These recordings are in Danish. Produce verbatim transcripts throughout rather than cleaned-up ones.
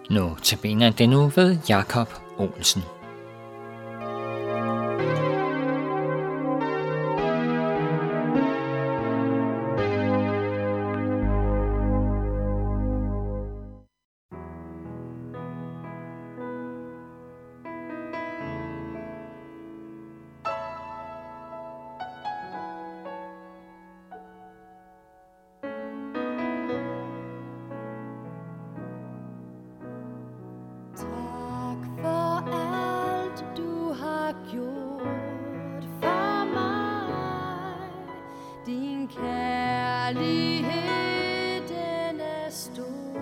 Notabene den nu ved Jakob Olsen. Kærlighed, den er stor.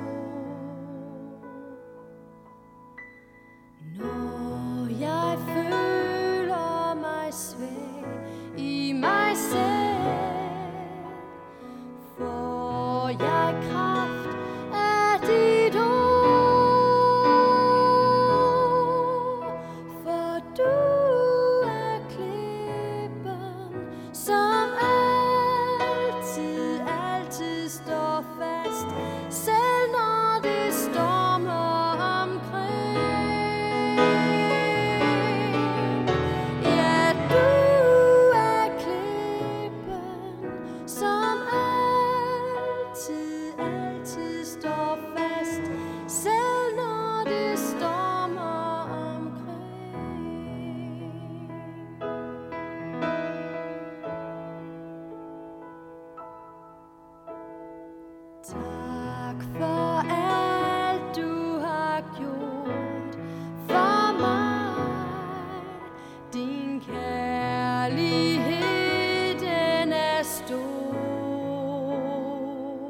Når jeg føler mig svag i mig selv, får jeg kraft af dit ord. For du er klippen, som står fast, selv når det stormer omkring. Ja, du er klippen, som altid, altid står fast, selv når det stormer omkring. Tak for alt du har gjort for mig. Din kærlighed, den er stor.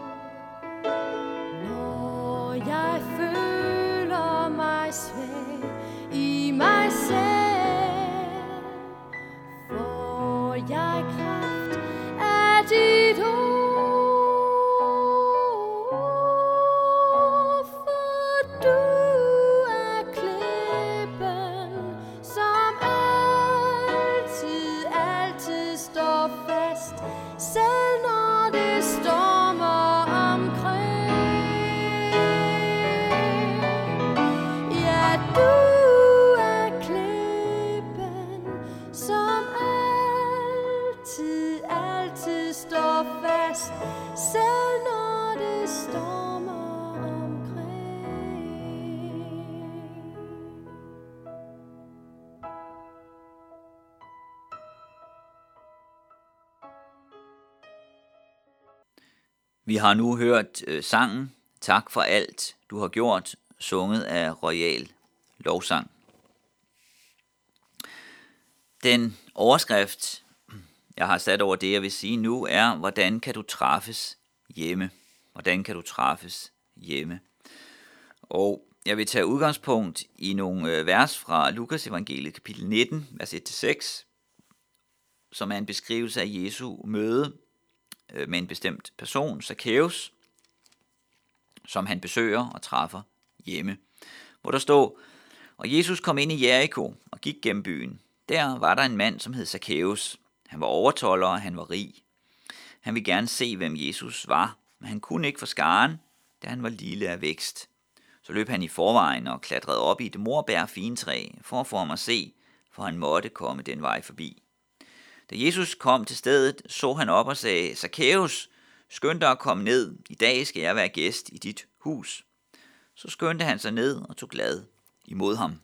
Når jeg føler mig svag i mig selv, får jeg kraft af dit ord. Selv når det stormer omkring. Ja, du er klippen, som altid, altid står fast, selv når det stormer omkring. Vi har nu hørt øh, sangen Tak for alt, du har gjort, sunget af Royal Lovsang. Den overskrift, jeg har sat over det, jeg vil sige nu, er, hvordan kan du træffes hjemme? Hvordan kan du træffes hjemme? Og jeg vil tage udgangspunkt i nogle øh, vers fra Lukas evangeliet, kapitel nitten, vers et til seks, som er en beskrivelse af Jesu møde med en bestemt person, Zakæus, som han besøger og træffer hjemme. Hvor der står, og Jesus kom ind i Jericho og gik gennem byen. Der var der en mand, som hed Zakæus. Han var overtolder, og han var rig. Han ville gerne se, hvem Jesus var, men han kunne ikke for skaren, da han var lille af vækst. Så løb han i forvejen og klatrede op i et morbærfintræ for at få ham at se, for han måtte komme den vej forbi. Da Jesus kom til stedet, så han op og sagde, Zakæus, skynd dig at komme ned. I dag skal jeg være gæst i dit hus. Så skyndte han sig ned og tog glad imod ham.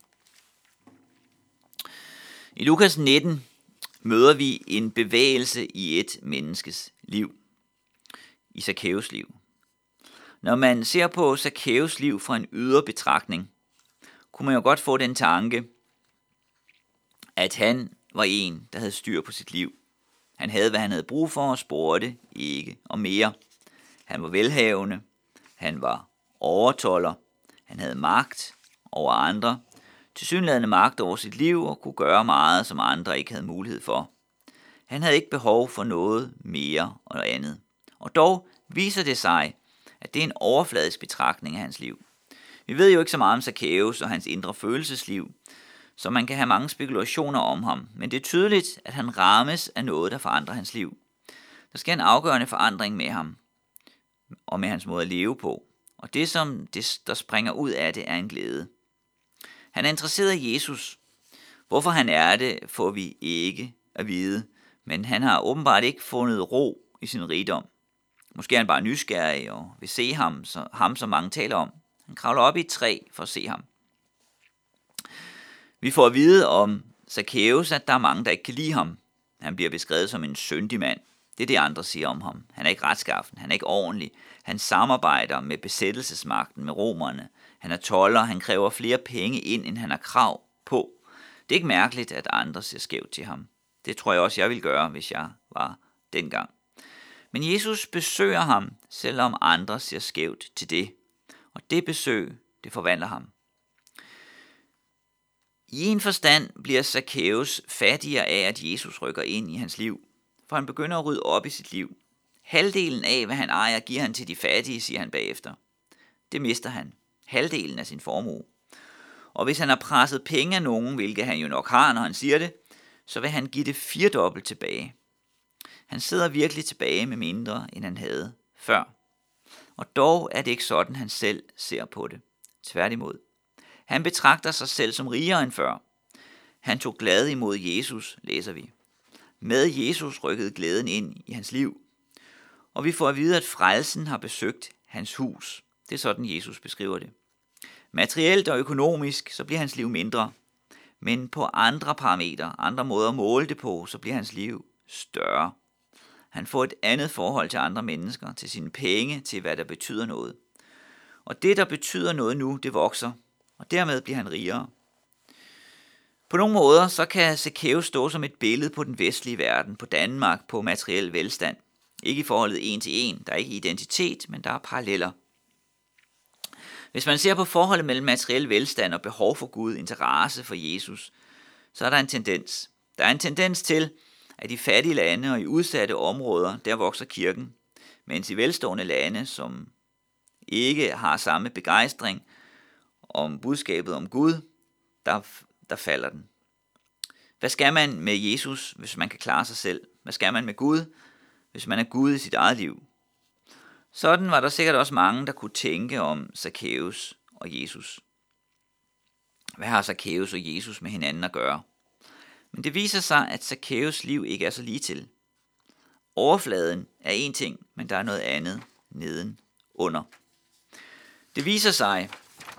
I Lukas nitten møder vi en bevægelse i et menneskes liv. I Zakæus liv. Når man ser på Zakæus liv fra en ydre betragtning, kunne man jo godt få den tanke, at han var en, der havde styr på sit liv. Han havde, hvad han havde brug for, og spurgte ikke om mere. Han var velhavende, han var overtolder, han havde magt over andre, tilsyneladende magt over sit liv og kunne gøre meget, som andre ikke havde mulighed for. Han havde ikke behov for noget mere og andet. Og dog viser det sig, at det er en overfladisk betragtning af hans liv. Vi ved jo ikke så meget om Zakæus og hans indre følelsesliv, så man kan have mange spekulationer om ham, men det er tydeligt, at han rammes af noget, der forandrer hans liv. Der sker en afgørende forandring med ham, og med hans måde at leve på. Og det, som det, der springer ud af det, er en glæde. Han er interesseret i Jesus. Hvorfor han er det, får vi ikke at vide, men han har åbenbart ikke fundet ro i sin rigdom. Måske er han bare nysgerrig og vil se ham, så, ham som mange taler om. Han kravler op i et træ for at se ham. Vi får at vide om Zakæus, at der er mange, der ikke kan lide ham. Han bliver beskrevet som en syndig mand. Det er det, andre siger om ham. Han er ikke retskaffen, han er ikke ordentlig. Han samarbejder med besættelsesmagten, med romerne. Han er tolder, han kræver flere penge ind, end han har krav på. Det er ikke mærkeligt, at andre ser skævt til ham. Det tror jeg også, jeg ville gøre, hvis jeg var dengang. Men Jesus besøger ham, selvom andre ser skævt til det. Og det besøg, det forvandler ham. I en forstand bliver Zakæus fattigere af, at Jesus rykker ind i hans liv, for han begynder at rydde op i sit liv. Halvdelen af, hvad han ejer, giver han til de fattige, siger han bagefter. Det mister han. Halvdelen af sin formue. Og hvis han har presset penge af nogen, hvilket han jo nok har, når han siger det, så vil han give det firedobbelt tilbage. Han sidder virkelig tilbage med mindre, end han havde før. Og dog er det ikke sådan, han selv ser på det. Tværtimod. Han betragter sig selv som rigere end før. Han tog glad imod Jesus, læser vi. Med Jesus rykkede glæden ind i hans liv. Og vi får at vide, at frelsen har besøgt hans hus. Det er sådan, Jesus beskriver det. Materielt og økonomisk, så bliver hans liv mindre. Men på andre parametre, andre måder at måle det på, så bliver hans liv større. Han får et andet forhold til andre mennesker, til sine penge, til hvad der betyder noget. Og det, der betyder noget nu, det vokser, og dermed bliver han rigere. På nogle måder, så kan Zakæus stå som et billede på den vestlige verden, på Danmark, på materiel velstand. Ikke i forholdet en til en, der er ikke identitet, men der er paralleller. Hvis man ser på forholdet mellem materiel velstand og behov for Gud, interesse for Jesus, så er der en tendens. Der er en tendens til, at i fattige lande og i udsatte områder, der vokser kirken, mens i velstående lande, som ikke har samme begejstring om budskabet om Gud, der, der falder den. Hvad skal man med Jesus, hvis man kan klare sig selv? Hvad skal man med Gud, hvis man er Gud i sit eget liv? Sådan var der sikkert også mange, der kunne tænke om Zakæus og Jesus. Hvad har Zakæus og Jesus med hinanden at gøre? Men det viser sig, at Zakæus liv ikke er så lige til. Overfladen er en ting, men der er noget andet neden under. Det viser sig,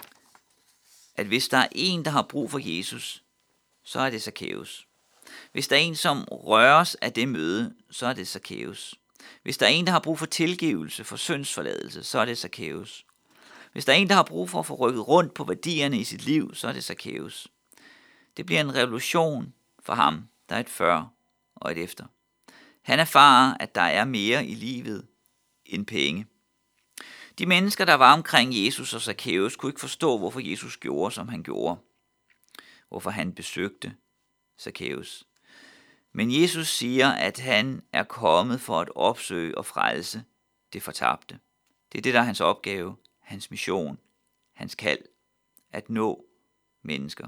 at hvis der er en, der har brug for Jesus, så er det Zakæus. Hvis der er en, som røres af det møde, så er det Zakæus. Hvis der er en, der har brug for tilgivelse, for syndsforladelse, så er det Zakæus. Hvis der er en, der har brug for at få rykket rundt på værdierne i sit liv, så er det Zakæus. Det bliver en revolution for ham. Der er et før og et efter. Han erfarer, at der er mere i livet end penge. De mennesker, der var omkring Jesus og Zakæus, kunne ikke forstå, hvorfor Jesus gjorde, som han gjorde. Hvorfor han besøgte Zakæus. Men Jesus siger, at han er kommet for at opsøge og frelse det fortabte. Det er det, der er hans opgave, hans mission, hans kald, at nå mennesker.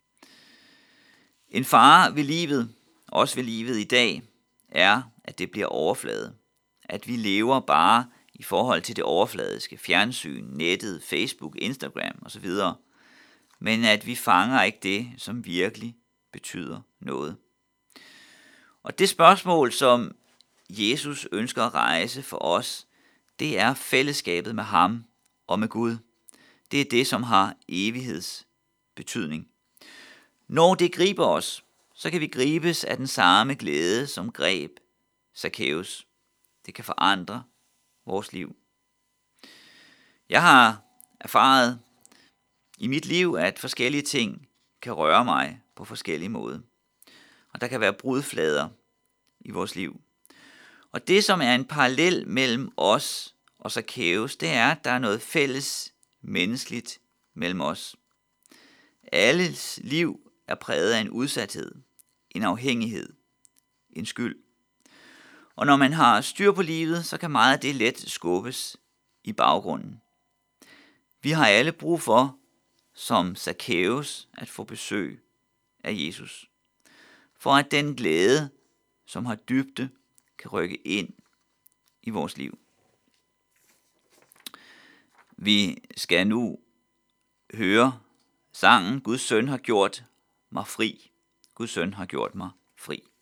En fare ved livet, også ved livet i dag, er, at det bliver overflade. At vi lever bare i forhold til det overfladiske, fjernsyn, nettet, Facebook, Instagram osv. Men at vi fanger ikke det, som virkelig betyder noget. Og det spørgsmål, som Jesus ønsker at rejse for os, det er fællesskabet med ham og med Gud. Det er det, som har evighedsbetydning. Når det griber os, så kan vi gribes af den samme glæde, som greb Zakæus. Det kan forandre vores liv. Jeg har erfaret i mit liv, at forskellige ting kan røre mig på forskellige måder. Og der kan være brudflader i vores liv. Og det, som er en parallel mellem os og Zakæus, det er, at der er noget fælles menneskeligt mellem os. Alles liv er præget af en udsathed, en afhængighed, en skyld. Og når man har styr på livet, så kan meget af det let skubbes i baggrunden. Vi har alle brug for, som Zakæus, at få besøg af Jesus. For at den glæde, som har dybde, kan rykke ind i vores liv. Vi skal nu høre sangen, Guds søn har gjort mig fri. Guds søn har gjort mig fri.